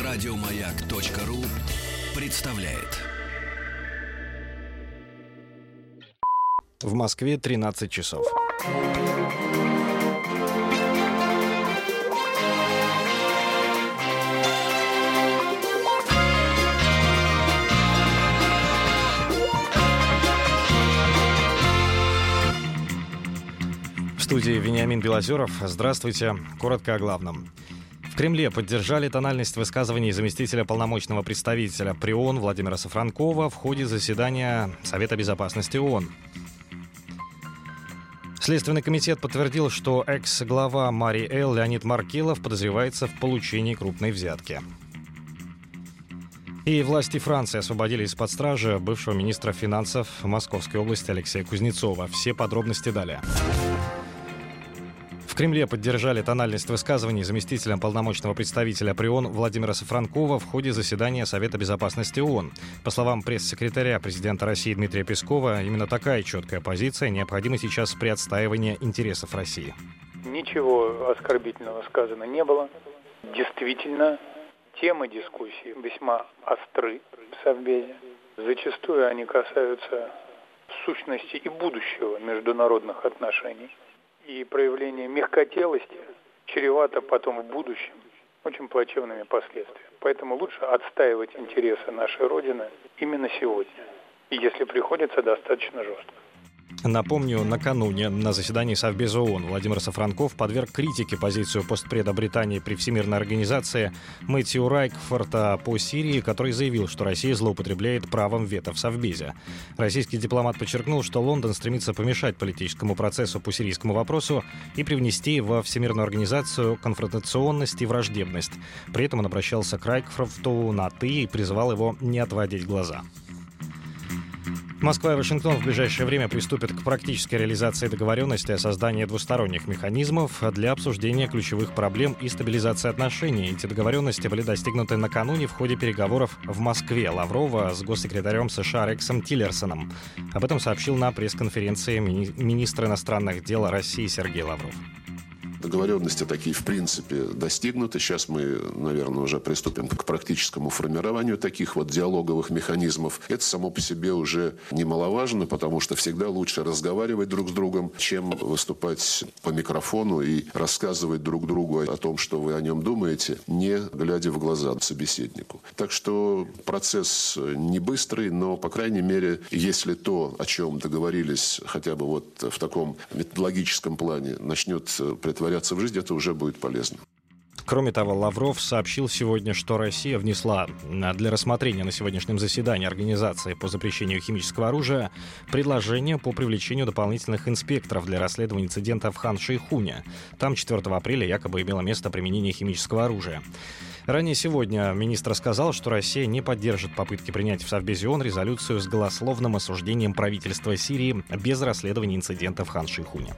Радиомаяк.ру представляет. В Москве 13 часов. В студии Вениамин Белозеров. Здравствуйте. Коротко о главном. В Кремле поддержали тональность высказываний заместителя полномочного представителя при ООН Владимира Сафронкова в ходе заседания Совета безопасности ООН. Следственный комитет подтвердил, что экс-глава Мари Эл Леонид Маркелов подозревается в получении крупной взятки. И власти Франции освободили из-под стражи бывшего министра финансов Московской области Алексея Кузнецова. Все подробности далее. В Кремле поддержали тональность высказываний заместителя полномочного представителя при ООН Владимира Сафронкова в ходе заседания Совета безопасности ООН. По словам пресс-секретаря президента России Дмитрия Пескова, именно такая четкая позиция необходима сейчас при отстаивании интересов России. Ничего оскорбительного сказано не было. Действительно, темы дискуссии весьма остры в Совбезе. Зачастую они касаются сущности и будущего международных отношений. И проявление мягкотелости чревато потом в будущем очень плачевными последствиями. Поэтому лучше отстаивать интересы нашей Родины именно сегодня. И если приходится, достаточно жестко. Напомню, накануне на заседании Совбеза ООН Владимир Сафронков подверг критике позицию постпреда Британии при Всемирной организации Мэтью Райкфорта по Сирии, который заявил, что Россия злоупотребляет правом вето в Совбезе. Российский дипломат подчеркнул, что Лондон стремится помешать политическому процессу по сирийскому вопросу и привнести во Всемирную организацию конфронтационность и враждебность. При этом он обращался к Райкфорту на «ты» и призывал его не отводить глаза. Москва и Вашингтон в ближайшее время приступят к практической реализации договоренности о создании двусторонних механизмов для обсуждения ключевых проблем и стабилизации отношений. Эти договоренности были достигнуты накануне в ходе переговоров в Москве Лаврова с госсекретарем США Рексом Тиллерсоном. Об этом сообщил на пресс-конференции министр иностранных дел России Сергей Лавров. Договоренности такие, в принципе, достигнуты. Сейчас мы, наверное, уже приступим к практическому формированию таких вот диалоговых механизмов. Это само по себе уже немаловажно, потому что всегда лучше разговаривать друг с другом, чем выступать по микрофону и рассказывать друг другу о том, что вы о нем думаете, не глядя в глаза собеседнику. Так что процесс не быстрый, но, по крайней мере, если то, о чем договорились, хотя бы вот в таком методологическом плане, начнет притворяться в жизнь, это уже будет полезно. Кроме того, Лавров сообщил сегодня, что Россия внесла для рассмотрения на сегодняшнем заседании Организации по запрещению химического оружия предложение по привлечению дополнительных инспекторов для расследования инцидента в Хан-Шейхуне. Там 4 апреля якобы имело место применение химического оружия. Ранее сегодня министр сказал, что Россия не поддержит попытки принять в Совбезе ООН резолюцию с голословным осуждением правительства Сирии без расследования инцидента в Хан-Шейхуне.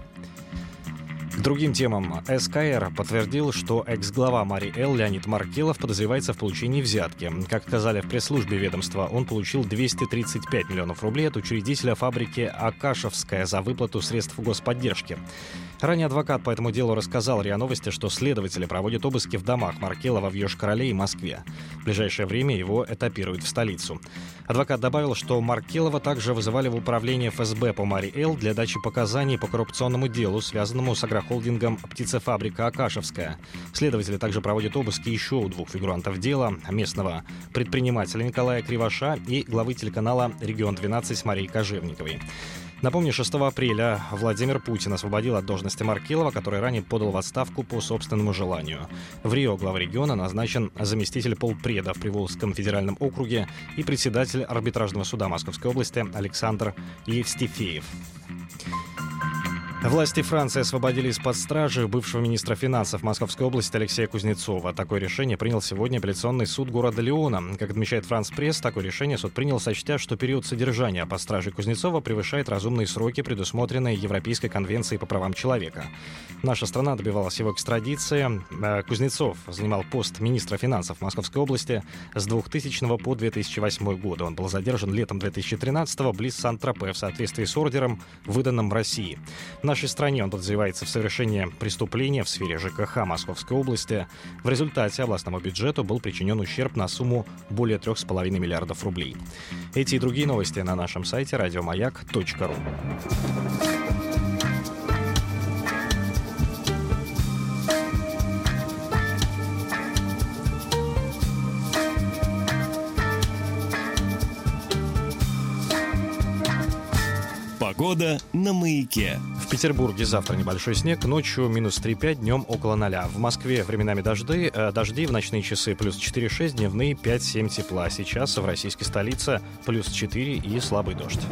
К другим темам. СКР подтвердил, что экс-глава Мари Эл Леонид Маркелов подозревается в получении взятки. Как сказали в пресс-службе ведомства, он получил 235 миллионов рублей от учредителя фабрики «Акашевская» за выплату средств господдержки. Ранее адвокат по этому делу рассказал РИА Новости, что следователи проводят обыски в домах Маркелова в Йошкар-Оле и Москве. В ближайшее время его этапируют в столицу. Адвокат добавил, что Маркелова также вызывали в управление ФСБ по Мари Эл для дачи показаний по коррупционному делу, связанному с агрохолдингом «Птицефабрика Акашевская». Следователи также проводят обыски еще у двух фигурантов дела: местного предпринимателя Николая Кривоша и главы телеканала «Регион-12» Марии Кожевниковой. Напомню, 6 апреля Владимир Путин освободил от должности Маркелова, который ранее подал в отставку по собственному желанию. В Рио главой региона назначен заместитель полпреда в Приволжском федеральном округе и председатель арбитражного суда Московской области Александр Евстифеев. Власти Франции освободили из-под стражи бывшего министра финансов Московской области Алексея Кузнецова. Такое решение принял сегодня апелляционный суд города Лиона. Как отмечает Франс Пресс, такое решение суд принял, сочтя, что период содержания под стражей Кузнецова превышает разумные сроки, предусмотренные Европейской конвенцией по правам человека. Наша страна добивалась его экстрадиции. Кузнецов занимал пост министра финансов Московской области с 2000 по 2008 годы. Он был задержан летом 2013 близ Сан-Тропе в соответствии с ордером, выданным России. нашей стране он подозревается в совершении преступления в сфере ЖКХ Московской области. В результате областному бюджету был причинен ущерб на сумму более 3,5 миллиардов рублей. Эти и другие новости на нашем сайте радиомаяк.ру. Погода на Маяке. В Петербурге завтра небольшой снег, ночью минус 3,5, днем около 0. В Москве временами дожди в ночные часы плюс 4,6, дневные 5-7 тепла. Сейчас в российской столице плюс 4 и слабый дождь.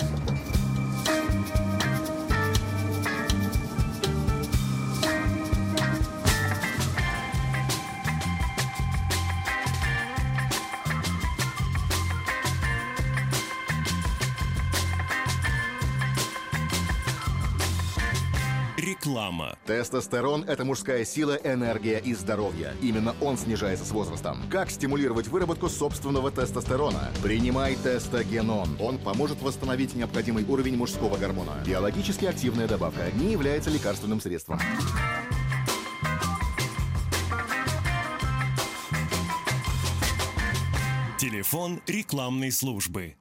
Реклама. Тестостерон – это мужская сила, энергия и здоровье. Именно он снижается с возрастом. Как стимулировать выработку собственного тестостерона? Принимай Тестогенон. Он поможет восстановить необходимый уровень мужского гормона. Биологически активная добавка, не является лекарственным средством. Телефон рекламной службы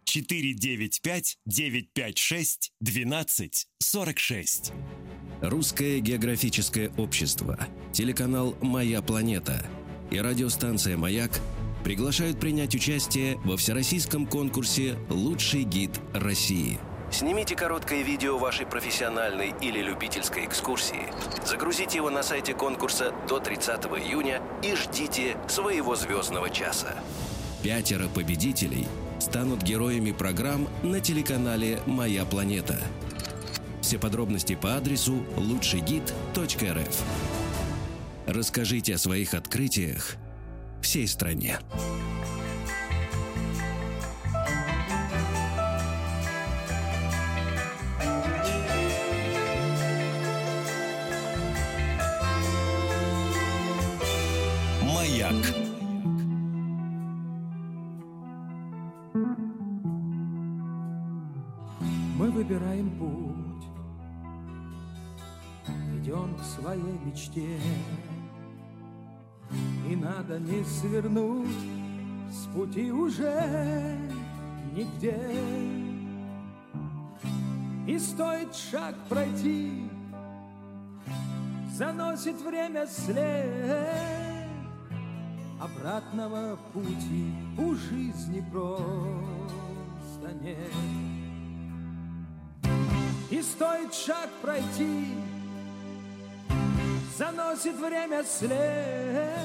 495-956-1246. Русское географическое общество, телеканал «Моя планета» и радиостанция «Маяк» приглашают принять участие во всероссийском конкурсе «Лучший гид России». Снимите короткое видео вашей профессиональной или любительской экскурсии, загрузите его на сайте конкурса до 30 июня и ждите своего звездного часа. 5 победителей станут героями программ на телеканале «Моя планета». Все подробности по адресу лучшийгид.рф. Расскажите о своих открытиях всей стране. Маяк. Мы выбираем путь, идем к своей мечте, и надо не свернуть с пути уже нигде. И стоит шаг пройти, заносит время след, обратного пути у жизни просто нет. И стоит шаг пройти, заносит время след,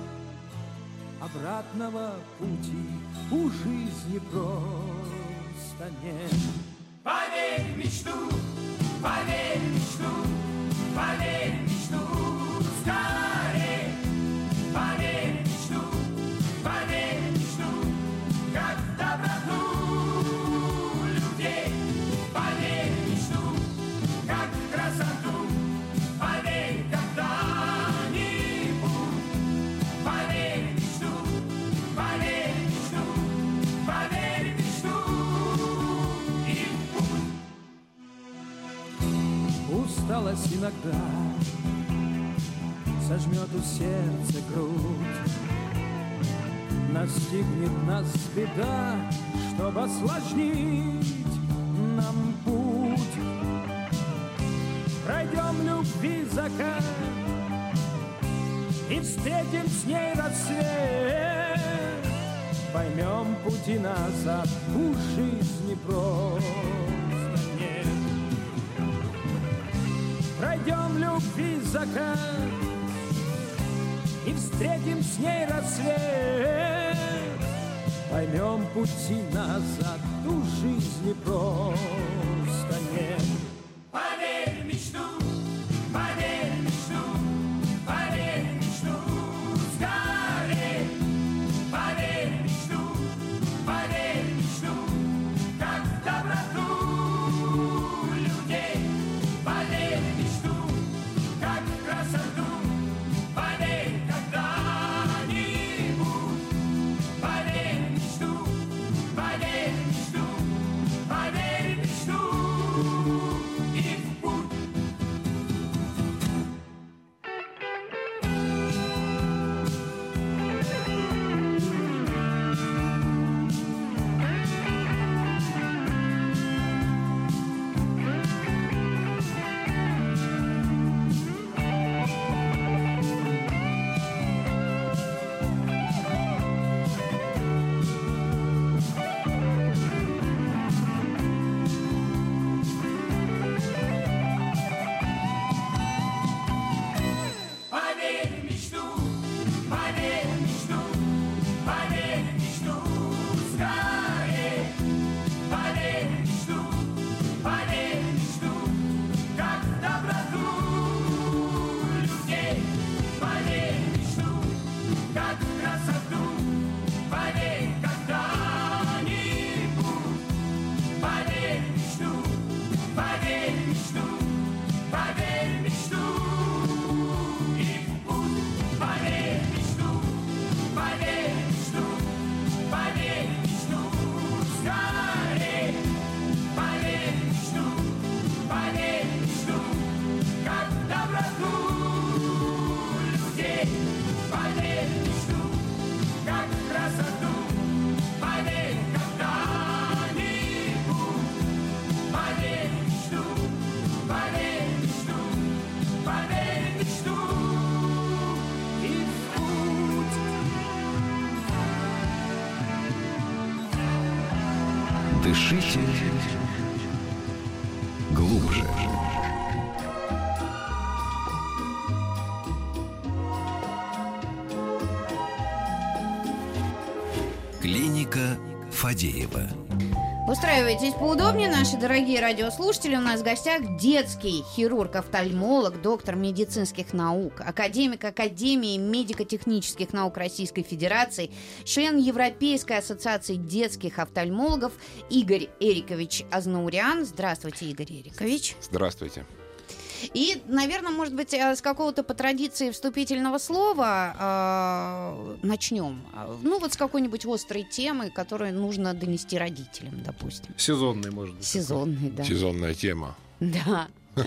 обратного пути у жизни просто нет. Поверь в мечту, поверь в мечту, поверь в мечту, скорей. Поверь в мечту, поверь в мечту, как в доброту людей. Поверь в мечту, как в красоту, поверь когда-нибудь. Поверь в мечту, поверь в мечту, поверь в мечту и в путь. Усталость иногда сожмет у сердца грудь, настигнет нас беда, чтобы осложнить нам путь. Пройдем любви закат и встретим с ней рассвет, поймем пути назад у жизни просто нет. Пройдем любви закат и встретим с ней рассвет, поймем пути назад у жизни просто нет. Поверь в мечту, поверь в мечту, поверь в мечту, скорей. Поверь в мечту, поверь в мечту, как в доброту людей. Поверь в мечту, как в красоту, поверь когда-нибудь. Поверь в мечту, поверь в мечту, поверь в мечту. поверь в мечту, как в красоту, поверь когда-нибудь, поверь в мечту, поверь в мечту, поверь в мечту и в путь. Дышите глубже. Клиника Фадеева. Устраивайтесь поудобнее, наши дорогие радиослушатели. У нас в гостях детский хирург-офтальмолог, доктор медицинских наук, академик Академии медико-технических наук Российской Федерации, член Европейской ассоциации детских офтальмологов Игорь Эрикович Азнауриан. Здравствуйте, Игорь Эрикович. Здравствуйте. И, наверное, может быть, с какого-то по традиции вступительного слова начнем. Ну, вот с какой-нибудь острой темы, которую нужно донести родителям, допустим. Сезонный, может быть. Сезонный, да. Сезонная тема. Да.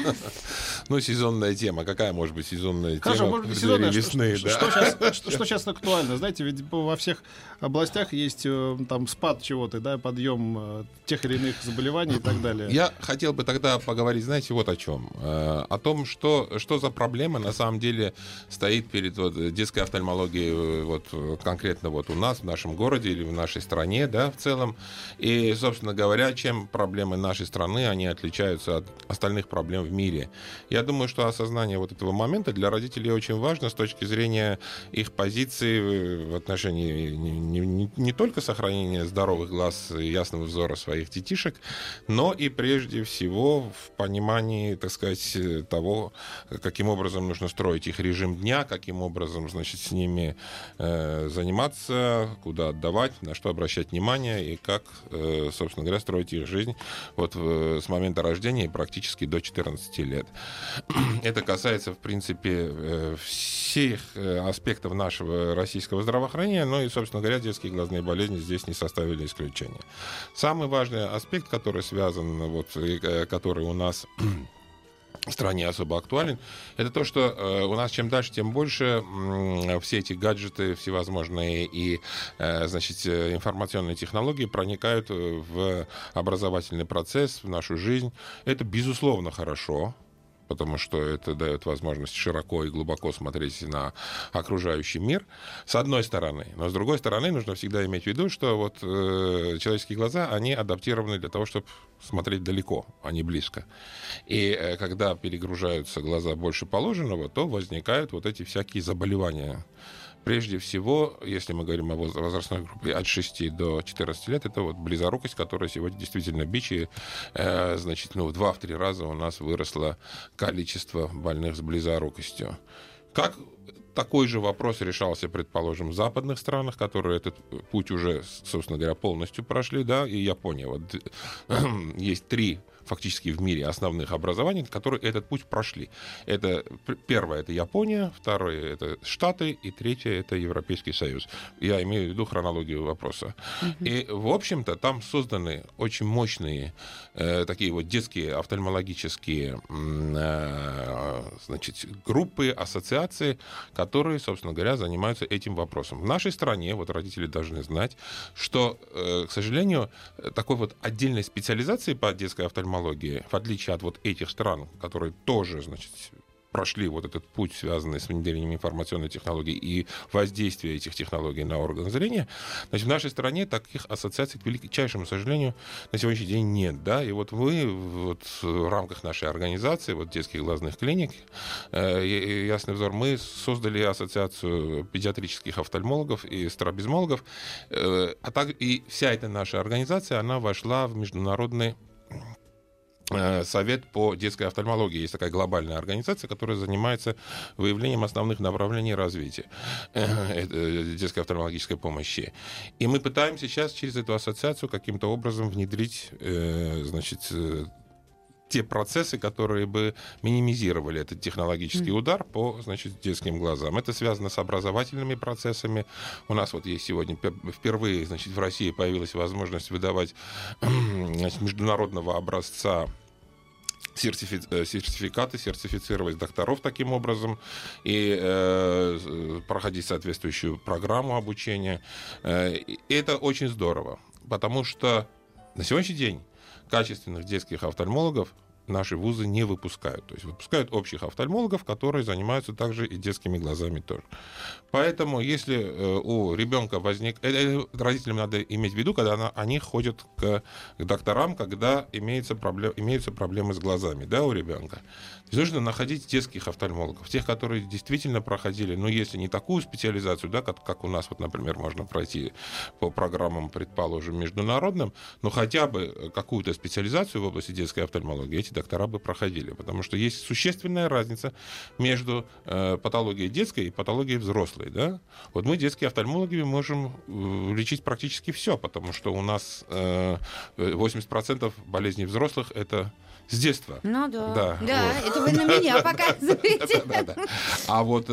Ну, сезонная тема. Какая может быть сезонная Хорошо, тема? может быть, сезонная. Весны, да? Что сейчас актуально? Знаете, ведь во всех областях есть там спад чего-то, да, подъем тех или иных заболеваний и так далее. Я хотел бы тогда поговорить, знаете, вот о чем. О том, что за проблема на самом деле стоит перед детской офтальмологией вот, конкретно вот у нас, в нашем городе или в нашей стране, да, в целом. И, собственно говоря, чем проблемы нашей страны, они отличаются от остальных проблем в мире. Я думаю, что осознание вот этого момента для родителей очень важно с точки зрения их позиции в отношении не только сохранения здоровых глаз и ясного взора своих детишек, но и прежде всего в понимании, так сказать, того, каким образом нужно строить их режим дня, каким образом, значит, с ними заниматься, куда отдавать, на что обращать внимание и как, собственно говоря, строить их жизнь вот с момента рождения и практически до 14 лет. Это касается, в принципе, всех аспектов нашего российского здравоохранения, но и, собственно говоря, детские глазные болезни здесь не составили исключения. Самый важный аспект, который связан, вот, который у нас в стране особо актуален, это то, что у нас чем дальше, тем больше все эти гаджеты всевозможные и, значит, информационные технологии проникают в образовательный процесс, в нашу жизнь. Это, безусловно, хорошо, потому что это дает возможность широко и глубоко смотреть на окружающий мир, с одной стороны. Но с другой стороны, нужно всегда иметь в виду, что вот человеческие глаза, они адаптированы для того, чтобы смотреть далеко, а не близко. И когда перегружаются глаза больше положенного, то возникают вот эти всякие заболевания. Прежде всего, если мы говорим о возрастной группе от 6 до 14 лет, это вот близорукость, которая сегодня действительно бич, и, значит, в 2-3 раза у нас выросло количество больных с близорукостью. Как такой же вопрос решался, предположим, в западных странах, которые этот путь уже, собственно говоря, полностью прошли, да, и Япония. Вот есть 3 фактически в мире основных образований, которые этот путь прошли. Это первое — это Япония, второе — это Штаты, и третье — это Европейский Союз. Я имею в виду хронологию вопроса. И, в общем-то, там созданы очень мощные такие вот детские офтальмологические значит, группы, ассоциации, которые, собственно говоря, занимаются этим вопросом. В нашей стране, вот родители должны знать, что, к сожалению, такой вот отдельной специализации по детской офтальмологии, в отличие от вот этих стран, которые тоже, значит, прошли вот этот путь, связанный с внедрением информационной технологии и воздействия этих технологий на орган зрения, значит, в нашей стране таких ассоциаций, к величайшему сожалению, на сегодняшний день нет, да, и вот мы вот в рамках нашей организации, вот детских глазных клиник, «Ясный взор», мы создали ассоциацию педиатрических офтальмологов и стробизмологов, а так и вся эта наша организация, она вошла в международный Совет по детской офтальмологии. Есть такая глобальная организация, которая занимается выявлением основных направлений развития детской офтальмологической помощи. И мы пытаемся сейчас через эту ассоциацию каким-то образом внедрить, значит, те процессы, которые бы минимизировали этот технологический удар по, значит, детским глазам. Это связано с образовательными процессами. У нас вот есть сегодня впервые, значит, в России появилась возможность выдавать, значит, международного образца сертификаты, сертифицировать докторов таким образом и проходить соответствующую программу обучения. И это очень здорово, потому что на сегодняшний день качественных детских офтальмологов наши вузы не выпускают. То есть выпускают общих офтальмологов, которые занимаются также и детскими глазами тоже. Поэтому, если у ребенка возник... родителям надо иметь в виду, когда они ходят к докторам, когда имеются проблемы с глазами, да, у ребенка. То есть нужно находить детских офтальмологов, тех, которые действительно проходили, ну, если не такую специализацию, да, как у нас, вот, например, можно пройти по программам, предположим, международным, но хотя бы какую-то специализацию в области детской офтальмологии эти доктора бы проходили, потому что есть существенная разница между патологией детской и патологией взрослой, да. Вот мы, детские офтальмологи, можем лечить практически все, потому что у нас 80% болезней взрослых — это с детства. Ну да. Да, да, вот. это вы на меня показываете. А вот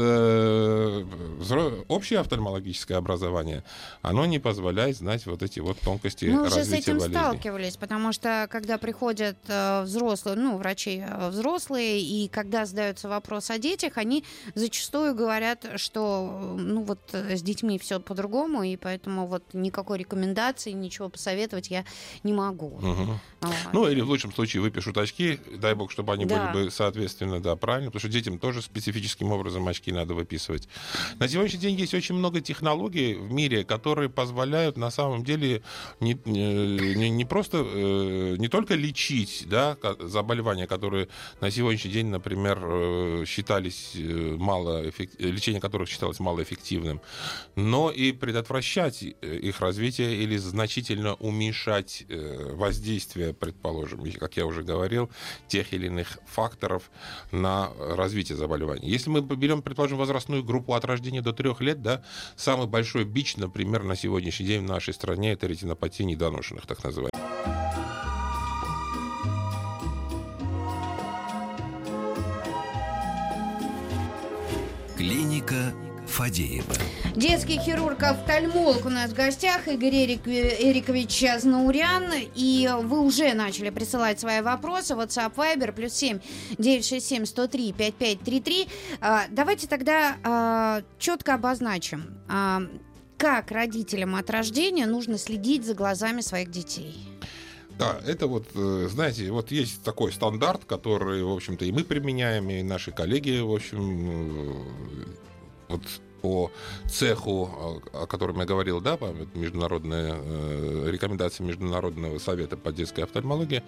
общее офтальмологическое образование, оно не позволяет знать вот эти вот тонкости развития болезни. Мы уже с этим сталкивались, потому что когда приходят взрослые, врачи взрослые, и когда задается вопрос о детях, они зачастую говорят, что с детьми все по-другому, и поэтому вот никакой рекомендации, ничего посоветовать я не могу. Угу. Вот. Ну, или в лучшем случае выпишут очки, дай бог, чтобы они Да. были бы, соответственно, да, правильно, потому что детям тоже специфическим образом очки надо выписывать. На сегодняшний день есть очень много технологий в мире, которые позволяют на самом деле не только лечить, да, заболевания, которые на сегодняшний день, например, считались лечение которых считалось малоэффективным, но и предотвращать их развитие или значительно уменьшать воздействие, предположим, как я уже говорил, тех или иных факторов на развитие заболевания. Если мы берем, предположим, возрастную группу от рождения до 3 лет, да, самый большой бич, например, на сегодняшний день в нашей стране — это ретинопатия недоношенных, так называемых. Клиника Фадеева. Детский хирург-офтальмолог у нас в гостях, Игорь Эрикович Азнаурян. И вы уже начали присылать свои вопросы. WhatsApp, Viber, +7 967 103 5533. Давайте тогда четко обозначим, как родителям от рождения нужно следить за глазами своих детей. Да, это вот, знаете, вот есть такой стандарт, который, в общем-то, и мы применяем, и наши коллеги, в общем, вот по цеху, о котором я говорил, да, по международной рекомендации Международного совета по детской офтальмологии.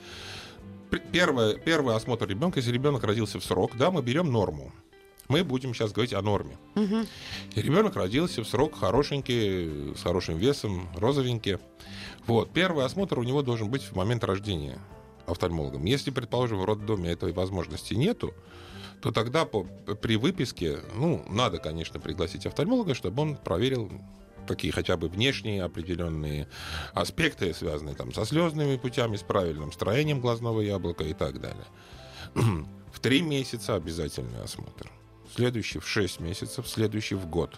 Первый осмотр ребенка, если ребенок родился в срок, да, мы берем норму. Мы будем сейчас говорить о норме. Угу. И ребенок родился в срок хорошенький, с хорошим весом, розовенький. Вот. Первый осмотр у него должен быть в момент рождения офтальмологом. Если, предположим, в роддоме этой возможности нету, то тогда при выписке, надо, конечно, пригласить офтальмолога, чтобы он проверил такие хотя бы внешние определенные аспекты, связанные там со слезными путями, с правильным строением глазного яблока и так далее. В 3 месяца обязательный осмотр. Следующий в 6 месяцев, следующий в год.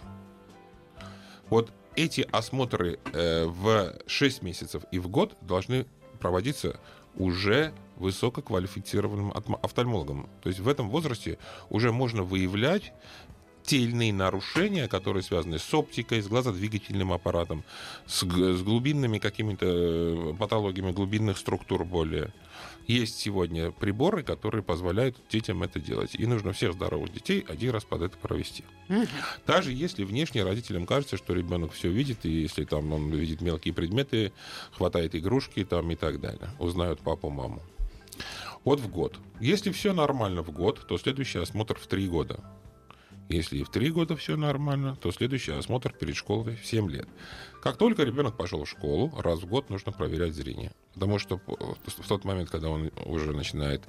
Вот эти осмотры в 6 месяцев и в год должны проводиться уже высококвалифицированным офтальмологом. То есть в этом возрасте уже можно выявлять те или иные нарушения, которые связаны с оптикой, с глазодвигательным аппаратом, с глубинными какими-то патологиями глубинных структур более. Есть сегодня приборы, которые позволяют детям это делать. И нужно всех здоровых детей 1 раз под это провести. Даже если внешне родителям кажется, что ребенок все видит, и если там он видит мелкие предметы, хватает игрушки там, и так далее. Узнают папу, маму. Вот в год. Если все нормально в год, то следующий осмотр в 3 года. Если и в 3 года все нормально, то следующий осмотр перед школой в 7 лет. Как только ребенок пошел в школу, раз в год нужно проверять зрение. Потому что в тот момент, когда он уже начинает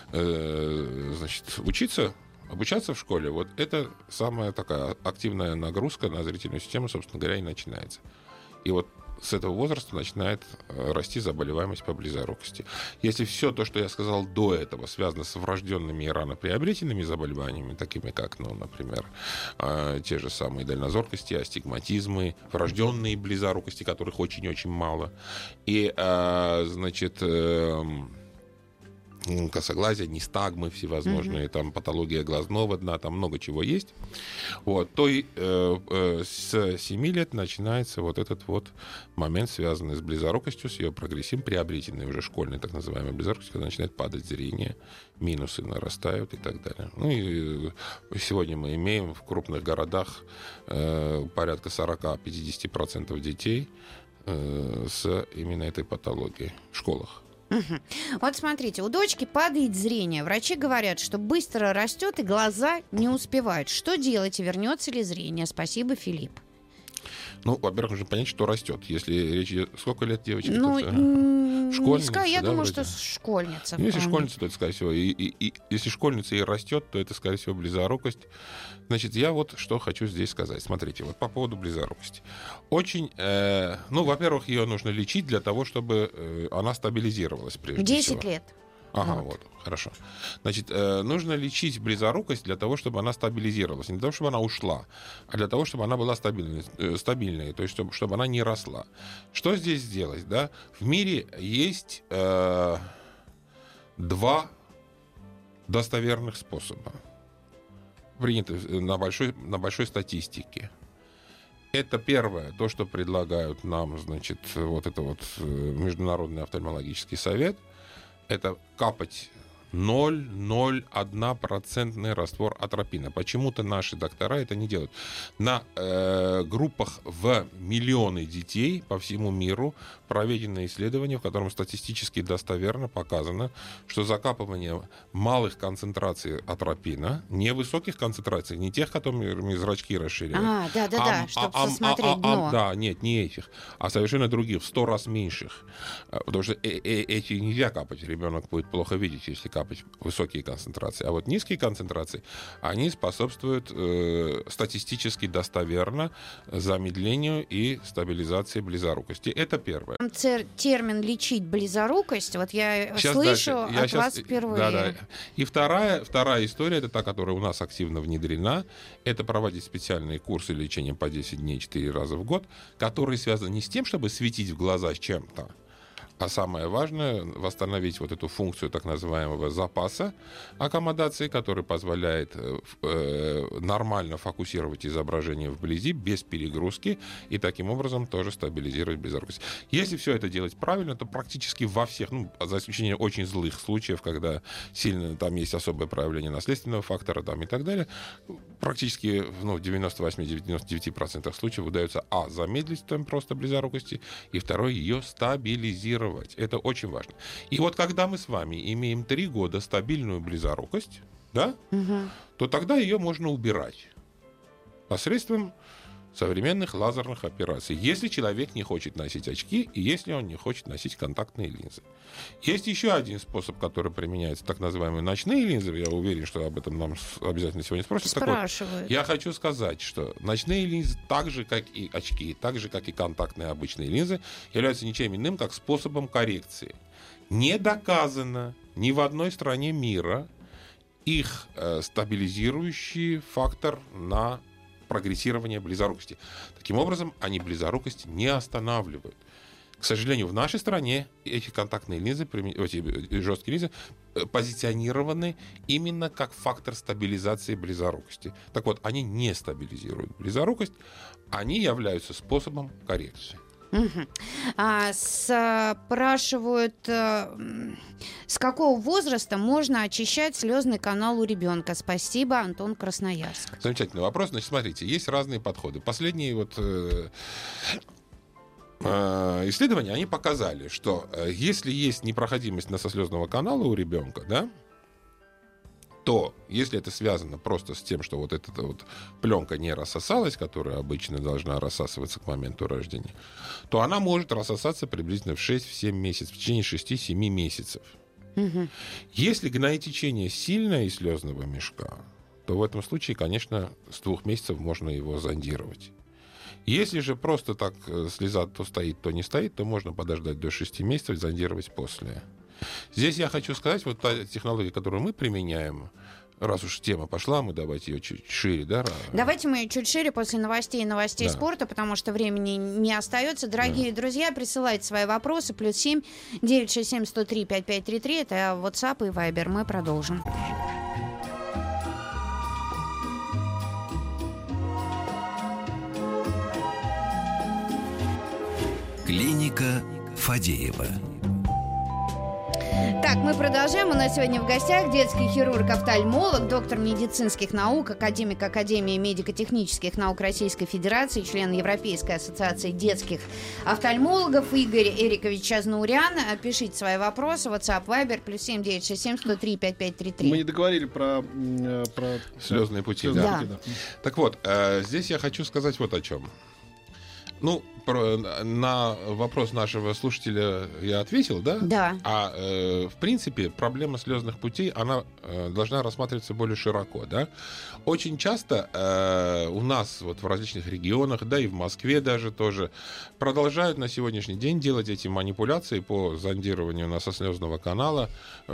обучаться в школе, вот это самая такая активная нагрузка на зрительную систему, собственно говоря, и начинается. И вот с этого возраста начинает расти заболеваемость по близорукости. Если все то, что я сказал до этого, связано с врожденными и рано приобретенными заболеваниями, такими как, например, те же самые дальнозоркости, астигматизмы, врожденные близорукости, которых очень-очень мало, и, косоглазия, нистагмы всевозможные, там патология глазного дна, там много чего есть, вот, то и с 7 лет начинается вот этот вот момент, связанный с близорукостью, с ее прогрессивом, приобретенной уже школьной так называемой близорукостью, когда начинает падать зрение, минусы нарастают и так далее. Ну и сегодня мы имеем в крупных городах порядка 40-50% детей с именно этой патологией в школах. Вот смотрите, у дочки падает зрение. Врачи говорят, что быстро растет и глаза не успевают. Что делать и вернется ли зрение? Спасибо, Филипп. Ну, во-первых, нужно понять, что растет. Если речь идет... Сколько лет девочке? Школьница, я думаю, вроде? что школьница. Если школьница, то это, скорее всего, и если школьница и растет, то это, скорее всего, близорукость. Значит, я вот что хочу здесь сказать. Смотрите, вот по поводу близорукости. Очень, во-первых, ее нужно лечить для того, чтобы она стабилизировалась прежде всего. 10 лет. Ага, вот, хорошо. Значит, нужно лечить близорукость для того, чтобы она стабилизировалась. Не для того, чтобы она ушла, а для того, чтобы она была стабильной, то есть чтобы она не росла. Что здесь сделать? Да? В мире есть 2 достоверных способа, приняты на большой статистике. Это первое, то, что предлагают нам, значит, вот это вот Международный офтальмологический совет, это капать 0,01% раствор атропина. Почему-то наши доктора это не делают. На группах в миллионы детей по всему миру проведено исследование, в котором статистически достоверно показано, что закапывание малых концентраций атропина, не высоких концентраций, не тех, которыми зрачки расширяют. Чтобы посмотреть дно. Да, нет, не этих, а совершенно других, в 100 раз меньших. Потому что эти нельзя капать. Ребенок будет плохо видеть, если капать высокие концентрации. А вот низкие концентрации, они способствуют статистически достоверно замедлению и стабилизации близорукости. Это первое. Термин «лечить близорукость», вот я слышу от вас впервые. Да. И вторая история, это та, которая у нас активно внедрена, это проводить специальные курсы лечения по 10 дней 4 раза в год, которые связаны не с тем, чтобы светить в глаза чем-то, а самое важное — восстановить вот эту функцию так называемого запаса аккомодации, который позволяет нормально фокусировать изображение вблизи, без перегрузки, и таким образом тоже стабилизировать близорукость. Если все это делать правильно, то практически во всех, за исключением очень злых случаев, когда сильно там есть особое проявление наследственного фактора там, и так далее, практически в 98-99% случаев удается замедлить темп роста близорукости, и второе — ее стабилизировать. Это очень важно. И вот когда мы с вами имеем 3 года стабильную близорукость, да, то тогда ее можно убирать посредством современных лазерных операций, если человек не хочет носить очки и если он не хочет носить контактные линзы. Есть еще один способ, который применяется, так называемые ночные линзы. Я уверен, что об этом нам обязательно сегодня спросят. Спрашивают. Вот, я хочу сказать, что ночные линзы, так же, как и очки, так же, как и контактные обычные линзы, являются ничем иным, как способом коррекции. Не доказано ни в одной стране мира их стабилизирующий фактор на прогрессирование близорукости. Таким образом, они близорукость не останавливают. К сожалению, в нашей стране эти контактные линзы, эти жесткие линзы, позиционированы именно как фактор стабилизации близорукости. Так вот, они не стабилизируют близорукость, они являются способом коррекции. Спрашивают, с какого возраста можно очищать слезный канал у ребенка? Спасибо, Антон, Красноярск. Замечательный вопрос. Значит, смотрите, есть разные подходы. Последние исследования, они показали, что если есть непроходимость носослезного канала у ребенка, да, то если это связано просто с тем, что вот эта вот пленка не рассосалась, которая обычно должна рассасываться к моменту рождения, то она может рассосаться приблизительно в 6-7 месяцев, в течение 6-7 месяцев. Если гноетечение сильное из слезного мешка, то в этом случае, конечно, с 2 месяцев можно его зондировать. Если же просто так слеза то стоит, то не стоит, то можно подождать до 6 месяцев и зондировать после. Здесь я хочу сказать, вот та технология, которую мы применяем, раз уж тема пошла, мы давайте ее чуть шире, да? Давайте мы чуть шире после новостей Да. спорта, потому что времени не остается. Дорогие друзья, присылайте свои вопросы. +7 967 103 5533. Это WhatsApp и Viber. Мы продолжим. Клиника Фадеева. Так, мы продолжаем. У нас сегодня в гостях детский хирург-офтальмолог, доктор медицинских наук, академик Академии медико-технических наук Российской Федерации, член Европейской ассоциации детских офтальмологов Игорь Эрикович Азнурян. Пишите свои вопросы. WhatsApp, Viber, +7 967 103 5533. Мы не договорили про Слезные пути. Да. да. Так вот, здесь я хочу сказать вот о чем. Ну, на вопрос нашего слушателя я ответил, да? Да. В принципе, проблема слезных путей, она должна рассматриваться более широко, да? Очень часто у нас вот в различных регионах, да и в Москве даже тоже, продолжают на сегодняшний день делать эти манипуляции по зондированию носослезного канала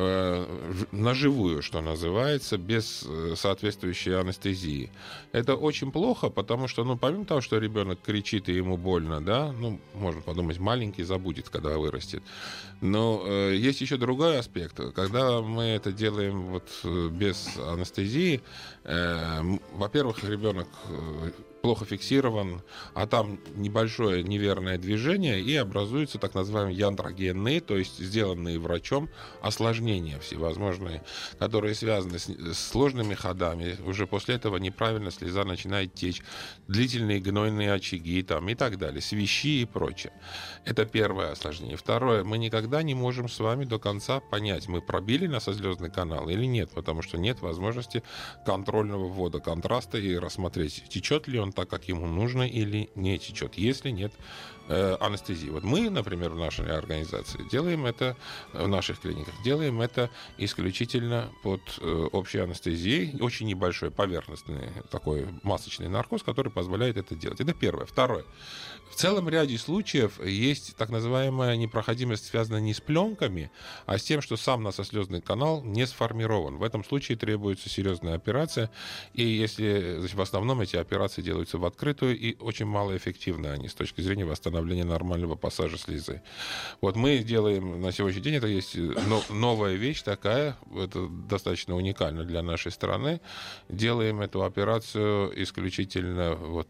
наживую, что называется, без соответствующей анестезии. Это очень плохо, потому что, ну, помимо того, что ребенок кричит и ему больно, да, ну, можно подумать, маленький забудет, когда вырастет. Но есть еще другой аспект. Когда мы это делаем вот без анестезии, во-первых, ребенок плохо фиксирован, а там небольшое неверное движение, и образуются так называемые янтрогенные, то есть сделанные врачом осложнения всевозможные, которые связаны с сложными ходами. Уже после этого неправильно слеза начинает течь, длительные гнойные очаги там, и так далее, свищи и прочее. Это первое осложнение. Второе, мы никогда не можем с вами до конца понять, мы пробили носослезный канал или нет, потому что нет возможности контрольного ввода контраста и рассмотреть, течет ли он так, как ему нужно, или не течет, если нет анестезии. Вот мы, например, в нашей организации делаем это, в наших клиниках делаем это исключительно под общей анестезией, очень небольшой поверхностный такой масочный наркоз, который позволяет это делать. Это первое. Второе. В целом ряде случаев есть так называемая непроходимость, связанная не с пленками, а с тем, что сам носослезный канал не сформирован. В этом случае требуется серьезная операция, и если в основном эти операции делаются в открытую, и очень малоэффективны они с точки зрения восстановления нормального пассажа слезы. Вот мы делаем на сегодняшний день, это есть новая вещь такая, это достаточно уникально для нашей страны, делаем эту операцию исключительно вот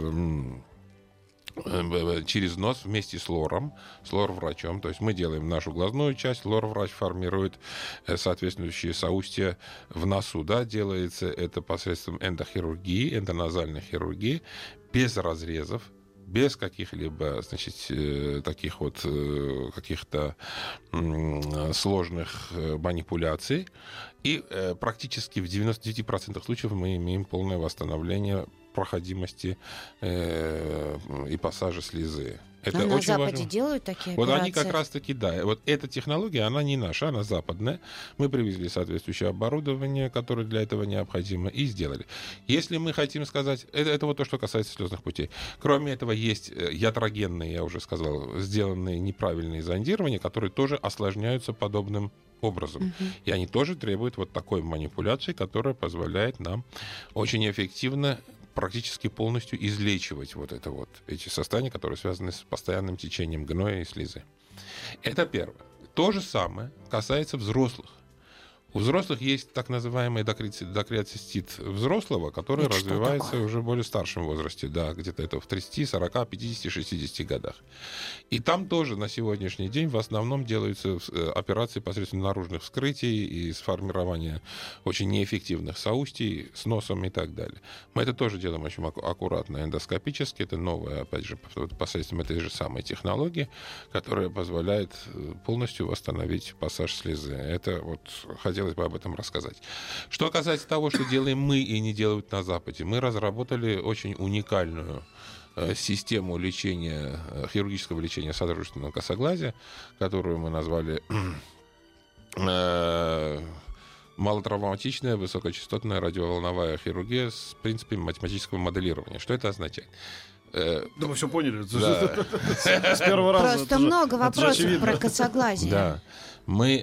через нос вместе с лор-врачом. То есть мы делаем нашу глазную часть, лор-врач формирует соответствующие соустья в носу. Да, делается это посредством эндохирургии, эндоназальной хирургии, без разрезов, без каких-либо, значит, таких вот каких-то сложных манипуляций. И практически в 99% случаев мы имеем полное восстановление проходимости и пассажа слезы. Это на очень Западе важно. делают такие Вот операции? они как раз-таки, да. Вот эта технология, она не наша, она западная. Мы привезли соответствующее оборудование, которое для этого необходимо, и сделали. Если мы хотим сказать... Это вот то, что касается слезных путей. Кроме этого, есть ятрогенные, я уже сказал, сделанные неправильные зондирования, которые тоже осложняются подобным образом. И они тоже требуют вот такой манипуляции, которая позволяет нам очень эффективно практически полностью излечивать вот это вот, эти состояния, которые связаны с постоянным течением гноя и слезы. Это первое. То же самое касается взрослых. У взрослых есть так называемый докриоцистит взрослого, который Это что развивается такое? уже в более старшем возрасте, да, где-то это в 30, 40, 50, 60 годах. И там тоже на сегодняшний день в основном делаются операции посредством наружных вскрытий и сформирования очень неэффективных соустий с носом и так далее. Мы это тоже делаем очень аккуратно, эндоскопически. Это новое, опять же, посредством этой же самой технологии, которая позволяет полностью восстановить пассаж слезы. Это вот хотелось бы об этом рассказать. Что касается того, что делаем мы и не делают на Западе, мы разработали очень уникальную систему лечения, хирургического лечения содружественного косоглазия, которую мы назвали малотравматичная высокочастотная радиоволновая хирургия с принципами математического моделирования. Что это означает? Да мы все поняли. Да. С первого раза. Просто много вопросов про косоглазие. Да. Мы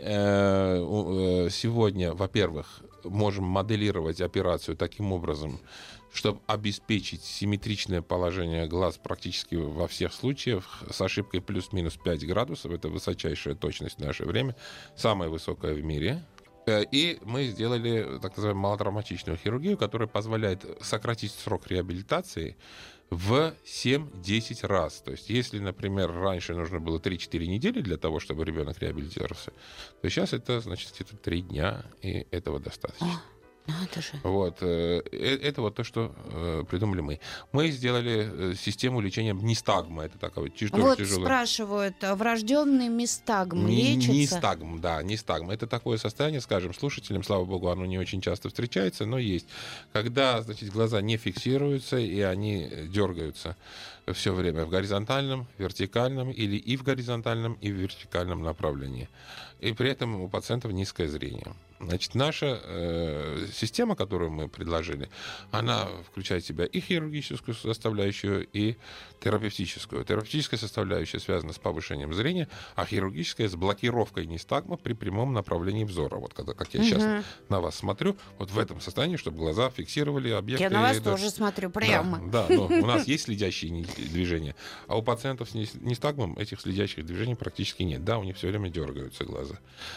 сегодня, во-первых, можем моделировать операцию таким образом, чтобы обеспечить симметричное положение глаз практически во всех случаях с ошибкой плюс-минус 5 градусов. Это высочайшая точность в наше время, самая высокая в мире. И мы сделали так называемую малотравматичную хирургию, которая позволяет сократить срок реабилитации в 7-10 раз. То есть, если, например, раньше нужно было 3-4 недели для того, чтобы ребенок реабилитировался, то сейчас это, значит, где-то 3 дня, и этого достаточно. Надо же. Вот. Это вот то, что придумали мы. Мы сделали систему лечения нистагма. Это такая Вот спрашивают, врожденный нистагм лечится? Нистагм, да, нистагм. Это такое состояние, скажем, слушателям, слава богу, оно не очень часто встречается, но есть. Когда, значит, глаза не фиксируются, и они дергаются все время в горизонтальном, вертикальном, или и в горизонтальном, и в вертикальном направлении. И при этом у пациентов низкое зрение. Значит, наша система, которую мы предложили, она включает в себя и хирургическую составляющую, и терапевтическую. Терапевтическая составляющая связана с повышением зрения, а хирургическая с блокировкой нистагма при прямом направлении взора. Вот когда, как я сейчас на вас смотрю, вот в этом состоянии, чтобы глаза фиксировали объекты. Я на вас тоже смотрю прямо. Да, но у нас есть следящие движения, а у пациентов с нистагмом этих следящих движений практически нет. Да, у них все время дергаются глаза.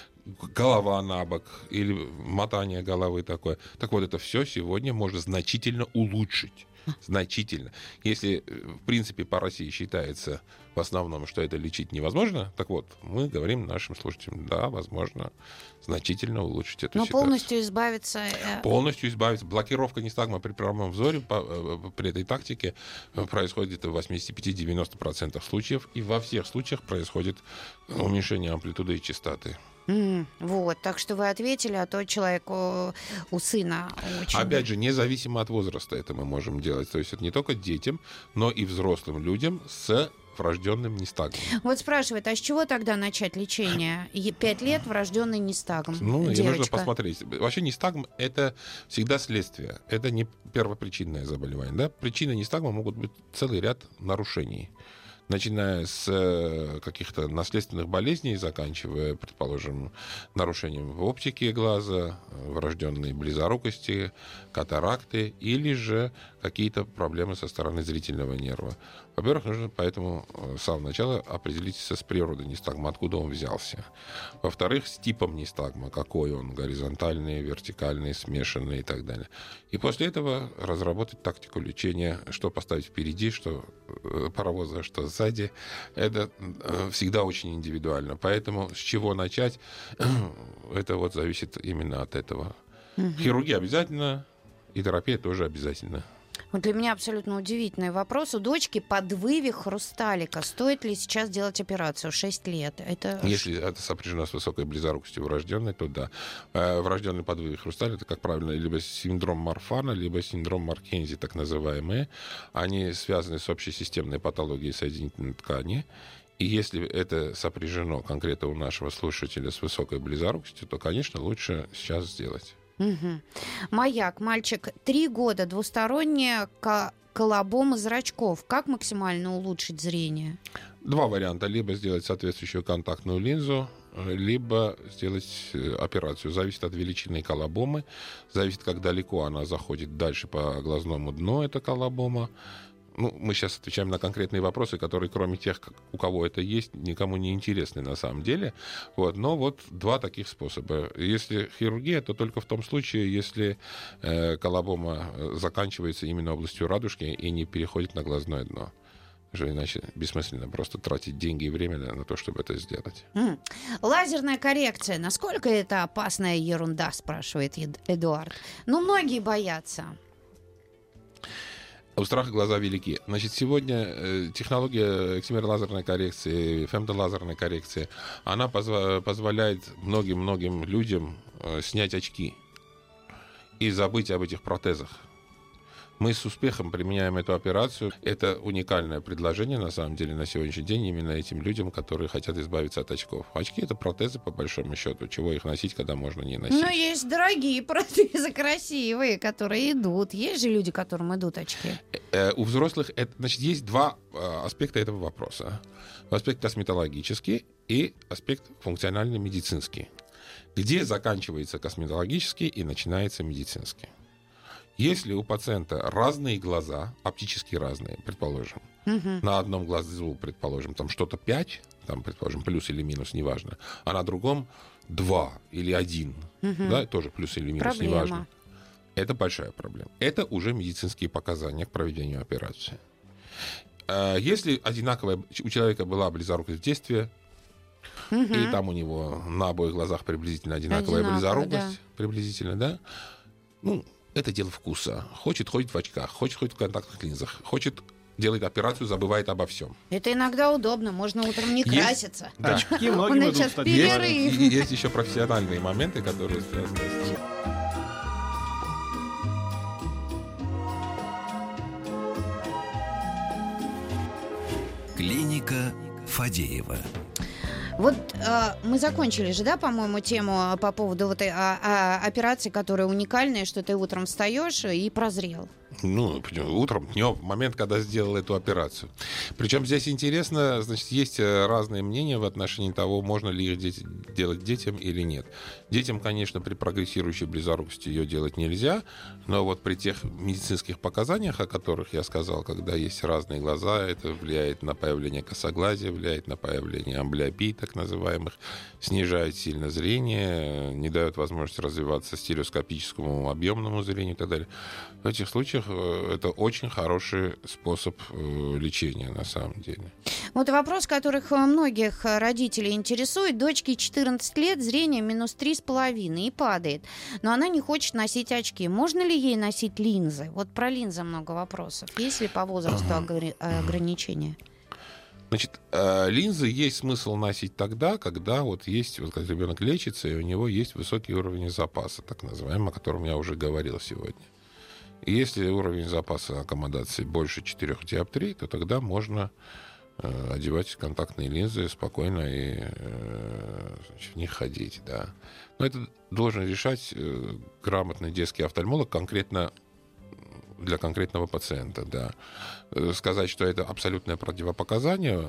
Голова на бок или мотание головы такое. Так вот, это все сегодня можно значительно улучшить. Значительно. Если, в принципе, по России считается в основном, что это лечить невозможно, так вот, мы говорим нашим слушателям, да, возможно значительно улучшить эту ситуацию. Полностью избавиться... Полностью избавиться. Блокировка нистагма при прямом взоре при этой тактике происходит в 85-90% случаев, и во всех случаях происходит уменьшение амплитуды и частоты. Вот, так что вы ответили, а то человеку у сына очень... Опять же, независимо от возраста это мы можем делать. То есть это не только детям, но и взрослым людям с врожденным нистагмом. Вот спрашивают, а с чего тогда начать лечение? 5 лет врожденный нистагм. Ну, и девочка. нужно посмотреть. Вообще нистагм — это всегда следствие. Это не первопричинное заболевание. Да? Причиной нистагма могут быть целый ряд нарушений. Начиная с каких-то наследственных болезней, заканчивая, предположим, нарушением в оптике глаза, врожденной близорукости, катаракты или же какие-то проблемы со стороны зрительного нерва. Во-первых, нужно поэтому с самого начала определиться с природой нистагма, откуда он взялся. Во-вторых, с типом нистагма, какой он, горизонтальный, вертикальный, смешанный и так далее. И после этого разработать тактику лечения, что поставить впереди, что паровоза, что сзади. Это всегда очень индивидуально. Поэтому с чего начать, это вот зависит именно от этого. Хирургия обязательно, и терапия тоже обязательно. Вот для меня абсолютно удивительный вопрос. У дочки подвывих хрусталика. Стоит ли сейчас делать операцию? 6 лет. Если это сопряжено с высокой близорукостью врожденной, то да. Врожденный подвывих хрусталик — это, как правильно, либо синдром Марфана, либо синдром Маккензи, так называемые. Они связаны с общесистемной патологией соединительной ткани. И если это сопряжено конкретно у нашего слушателя с высокой близорукостью, то, конечно, лучше сейчас сделать. Маяк, мальчик, 3 года, двусторонняя колобома зрачков. Как максимально улучшить зрение? 2 варианта. Либо сделать соответствующую контактную линзу, либо сделать операцию. Зависит от величины колобомы, зависит, как далеко она заходит дальше по глазному дну, эта колобома. Ну, мы сейчас отвечаем на конкретные вопросы, которые, кроме тех, у кого это есть, никому не интересны на самом деле. Вот. Но вот 2 таких способа. Если хирургия, то только в том случае, если колобома заканчивается именно областью радужки и не переходит на глазное дно. Иначе бессмысленно просто тратить деньги и время на то, чтобы это сделать. Лазерная коррекция. Насколько это опасная ерунда, спрашивает Эдуард. Ну, многие боятся. У страха глаза велики. Значит, сегодня технология эксимер-лазерной коррекции, фемтолазерной коррекции, она позволяет многим людям снять очки и забыть об этих протезах. Мы с успехом применяем эту операцию. Это уникальное предложение, на самом деле, на сегодняшний день именно этим людям, которые хотят избавиться от очков. Очки — это протезы, по большому счету. Чего их носить, когда можно не носить? Ну, есть дорогие протезы, красивые, которые идут. Есть же люди, которым идут очки. У взрослых, значит, есть два аспекта этого вопроса. Аспект косметологический и аспект функционально-медицинский. Где заканчивается косметологический и начинается медицинский? Если у пациента разные глаза, оптически разные, предположим, на одном глазу, предположим, там что-то 5, там, предположим, плюс или минус, неважно, а на другом 2 или 1, да, тоже плюс или минус, Проблема. неважно. Это большая проблема. Это уже медицинские показания к проведению операции. Если одинаковая у человека была близорукость в детстве, и там у него на обоих глазах приблизительно одинаковая близорукость, приблизительно, да, ну, это дело вкуса. Хочет, ходит в очках, хочет, ходит в контактных линзах, хочет, делает операцию, забывает обо всем. Это иногда удобно, можно утром не краситься. Да. Очки многим идут, Значит, кстати. перерыв. Есть еще профессиональные моменты, которые связаны с этим. Клиника Фадеева. Вот мы закончили же, да, по-моему, тему по поводу вот операции, которая уникальная, что ты утром встаешь и прозрел. Ну, утром, днем, в момент, когда сделал эту операцию. Причем здесь интересно, значит, есть разные мнения в отношении того, можно ли ее делать детям или нет. Детям, конечно, при прогрессирующей близорукости ее делать нельзя, но вот при тех медицинских показаниях, о которых я сказал, когда есть разные глаза, это влияет на появление косоглазия, влияет на появление амблиопий, так называемых, снижает сильно зрение, не дает возможности развиваться стереоскопическому объемному зрению и так далее. В этих случаях это очень хороший способ лечения, на самом деле. Вот вопрос, которых многих родителей интересует. Дочке 14 лет, зрение минус 3,5 и падает. Но она не хочет носить очки. Можно ли ей носить линзы? Вот про линзы много вопросов. Есть ли по возрасту ограничения? Значит, линзы есть смысл носить тогда, когда вот есть, вот как ребенок лечится, и у него есть высокий уровень запаса, так называемый, о котором я уже говорил сегодня. И если уровень запаса аккомодации больше 4 диоптрий, то тогда можно одевать контактные линзы спокойно и значит, в них ходить. Да. Но это должен решать грамотный детский офтальмолог конкретно для конкретного пациента. Да. Сказать, что это абсолютное противопоказание,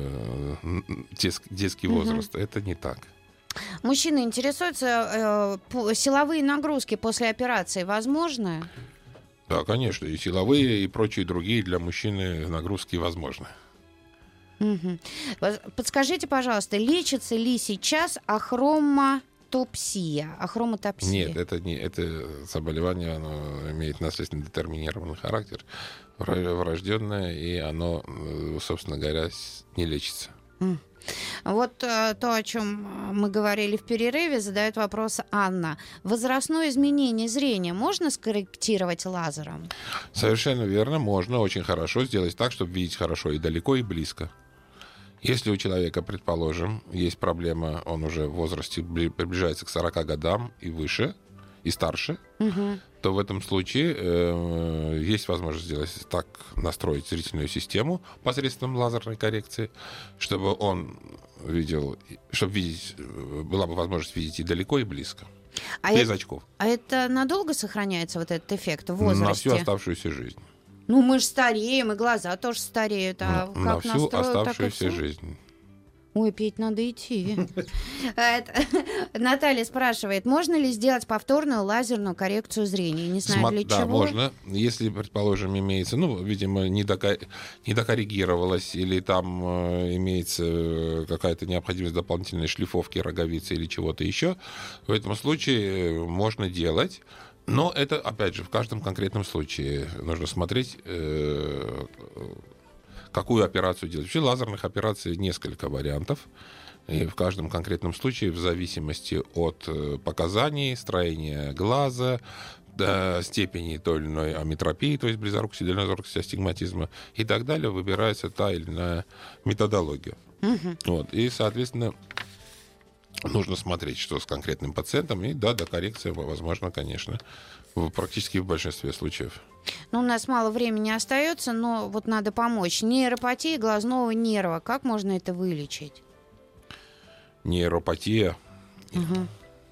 детский возраст, это не так. Мужчины интересуются, силовые нагрузки после операции возможны? Да, конечно, и силовые, и прочие другие для мужчины нагрузки возможны. Угу. Подскажите, пожалуйста, лечится ли сейчас ахромотопсия? Нет, это заболевание, оно имеет наследственно детерминированный характер, врожденное, и оно, собственно говоря, не лечится. Вот то, о чем мы говорили в перерыве, задает вопрос Анна. Возрастное изменение зрения можно скорректировать лазером? Совершенно верно, можно очень хорошо сделать так, чтобы видеть хорошо и далеко, и близко. Если у человека, предположим, есть проблема, он уже в возрасте приближается к 40 годам и выше, и старше, то в этом случае есть возможность сделать так, настроить зрительную систему посредством лазерной коррекции, чтобы он видел, чтобы видеть, была бы возможность видеть и далеко, и близко. Без очков. А это надолго сохраняется вот этот эффект в возрасте? На всю оставшуюся жизнь. Ну, мы же стареем, и глаза тоже стареют. А на как всю настроил, оставшуюся жизнь. Ой, петь надо идти. Наталья спрашивает, можно ли сделать повторную лазерную коррекцию зрения? Не знаю, для чего. Да, можно. Если, предположим, имеется, видимо, не докоррегировалось, или там имеется какая-то необходимость дополнительной шлифовки роговицы или чего-то еще, в этом случае можно делать. Но это, опять же, в каждом конкретном случае нужно смотреть, какую операцию делать. Вообще лазерных операций несколько вариантов. И в каждом конкретном случае, в зависимости от показаний, строения глаза, степени той или иной аметропии, то есть близорукости, дальнозоркости, астигматизма и так далее, выбирается та или иная методология. Вот. И, соответственно, нужно смотреть, что с конкретным пациентом, и да, коррекция возможно, конечно, практически в большинстве случаев. Ну, у нас мало времени остается, но вот надо помочь. Нейропатия глазного нерва. Как можно это вылечить? Нейропатия. Угу.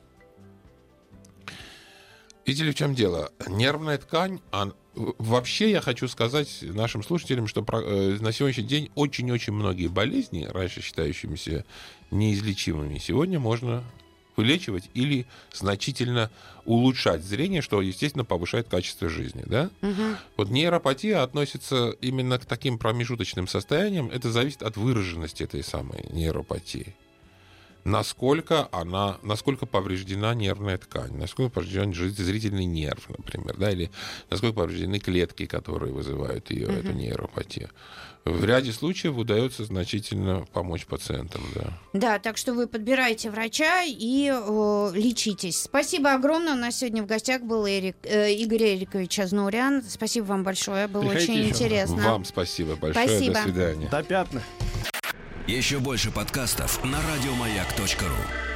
Видите ли, в чем дело? Нервная ткань, вообще я хочу сказать нашим слушателям, что на сегодняшний день очень-очень многие болезни, раньше считающимися неизлечимыми, сегодня можно вылечивать или значительно улучшать зрение, что, естественно, повышает качество жизни. Да? Угу. Вот нейропатия относится именно к таким промежуточным состояниям. Это зависит от выраженности этой самой нейропатии. Насколько повреждена нервная ткань, насколько поврежден зрительный нерв, например, да, или насколько повреждены клетки, которые вызывают ее, эту нейропатию. В ряде случаев удается значительно помочь пациентам. Да, да, так что вы подбираете врача и лечитесь. Спасибо огромное. У нас сегодня в гостях был Игорь Эрикович Азнурян. Спасибо вам большое, было Приходите очень еще. интересно. Вам спасибо большое. Спасибо. До свидания. До пятна. Еще больше подкастов на радиомаяк.ру.